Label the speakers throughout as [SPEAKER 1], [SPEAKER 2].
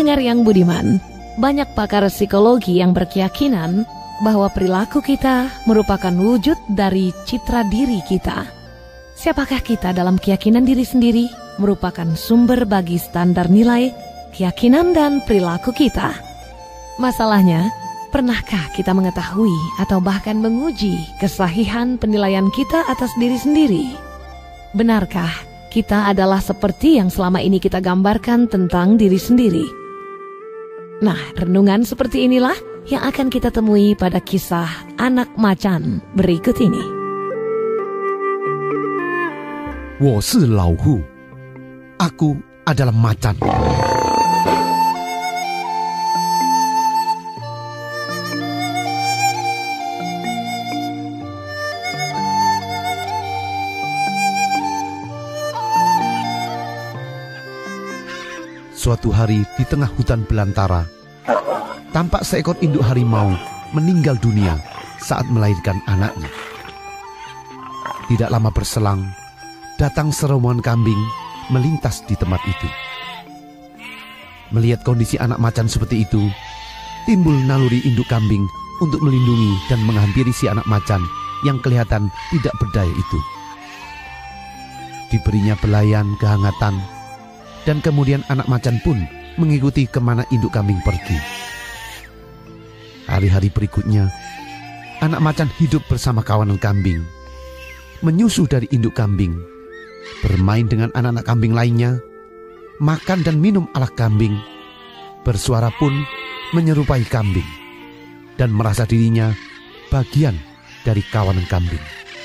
[SPEAKER 1] Pendengar yang budiman, banyak pakar psikologi yang berkeyakinan bahwa perilaku kita merupakan wujud dari citra diri kita. Siapakah kita dalam keyakinan diri sendiri merupakan sumber bagi standar nilai, keyakinan dan perilaku kita. Masalahnya, pernahkah kita mengetahui atau bahkan menguji kesahihan penilaian kita atas diri sendiri? Benarkah kita adalah seperti yang selama ini kita gambarkan tentang diri sendiri? Nah, renungan seperti inilah yang akan kita temui pada kisah anak macan berikut ini.
[SPEAKER 2] 我是老虎, aku adalah macan. Suatu hari di tengah hutan belantara, tampak seekor induk harimau meninggal dunia saat melahirkan anaknya. Tidak lama berselang, datang serombongan kambing melintas di tempat itu. Melihat kondisi anak macan seperti itu, timbul naluri induk kambing untuk melindungi dan menghampiri si anak macan yang kelihatan tidak berdaya itu. Diberinya belayan kehangatan, dan kemudian anak macan pun mengikuti kemana induk kambing pergi. Hari-hari berikutnya, anak macan hidup bersama kawanan kambing, menyusu dari induk kambing, bermain dengan anak-anak kambing lainnya, makan dan minum ala kambing, bersuara pun menyerupai kambing, dan merasa dirinya bagian dari kawanan kambing.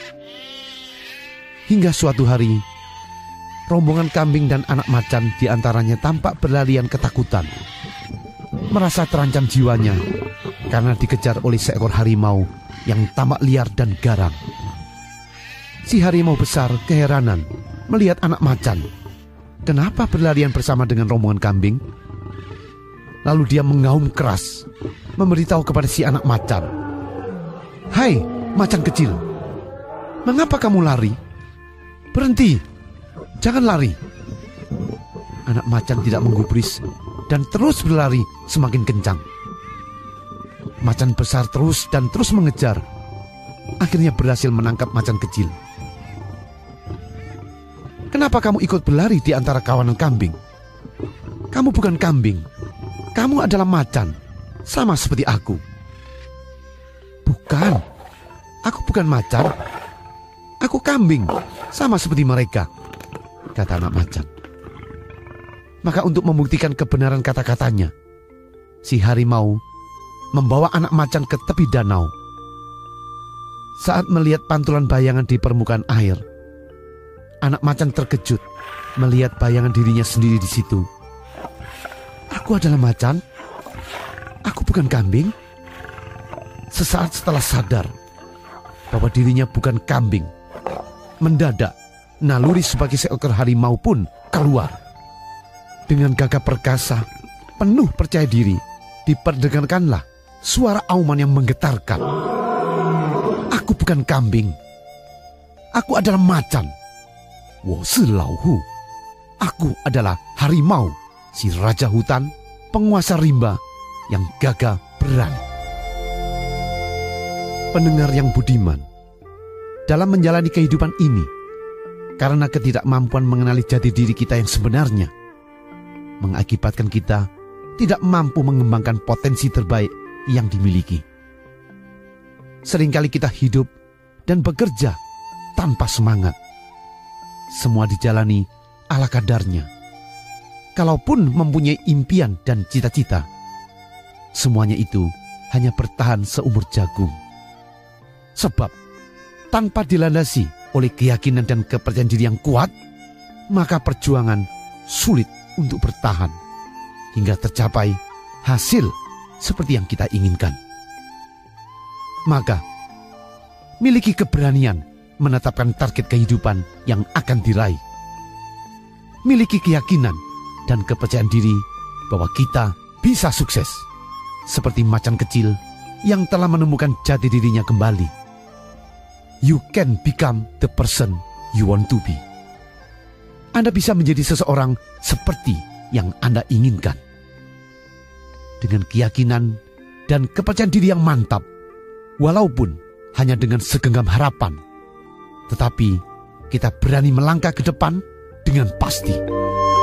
[SPEAKER 2] Hingga suatu hari, rombongan kambing dan anak macan diantaranya tampak berlarian ketakutan, merasa terancam jiwanya karena dikejar oleh seekor harimau yang tamak liar dan garang. Si harimau besar keheranan melihat anak macan. Kenapa berlarian bersama dengan rombongan kambing? Lalu dia mengaum keras, memberitahu kepada si anak macan, "Hai, macan kecil, mengapa kamu lari? Berhenti! Jangan lari." Anak macan tidak menggubris dan terus berlari semakin kencang. Macan besar terus dan terus mengejar. Akhirnya berhasil menangkap macan kecil. "Kenapa kamu ikut berlari di antara kawanan kambing? Kamu bukan kambing. Kamu adalah macan, sama seperti aku." "Bukan, aku bukan macan. Aku kambing, sama seperti mereka," kata anak macan. Maka untuk membuktikan kebenaran kata-katanya, si harimau membawa anak macan ke tepi danau. Saat melihat pantulan bayangan di permukaan air, anak macan terkejut melihat bayangan dirinya sendiri di situ. "Aku adalah macan? Aku bukan kambing?" Sesaat setelah sadar bahwa dirinya bukan kambing, mendadak naluri sebagai seekor harimau pun keluar. Dengan gagah perkasa, penuh percaya diri, diperdengarkanlah suara auman yang menggetarkan. "Aku bukan kambing. Aku adalah macan. 我是老虎. Aku adalah harimau, si raja hutan, penguasa rimba yang gagah berani." Pendengar yang budiman, dalam menjalani kehidupan ini, karena ketidakmampuan mengenali jati diri kita yang sebenarnya, mengakibatkan kita tidak mampu mengembangkan potensi terbaik yang dimiliki. Seringkali kita hidup dan bekerja tanpa semangat. Semua dijalani ala kadarnya. Kalaupun mempunyai impian dan cita-cita, semuanya itu hanya bertahan seumur jagung. Sebab tanpa dilandasi oleh keyakinan dan kepercayaan diri yang kuat, maka perjuangan sulit untuk bertahan hingga tercapai hasil seperti yang kita inginkan. Maka, miliki keberanian menetapkan target kehidupan yang akan diraih. Miliki keyakinan dan kepercayaan diri bahwa kita bisa sukses, seperti macan kecil yang telah menemukan jati dirinya kembali. You can become the person you want to be. Anda bisa menjadi seseorang seperti yang Anda inginkan. dengan keyakinan dan kepercayaan diri yang mantap, walaupun hanya dengan segenggam harapan, tetapi kita berani melangkah ke depan dengan pasti.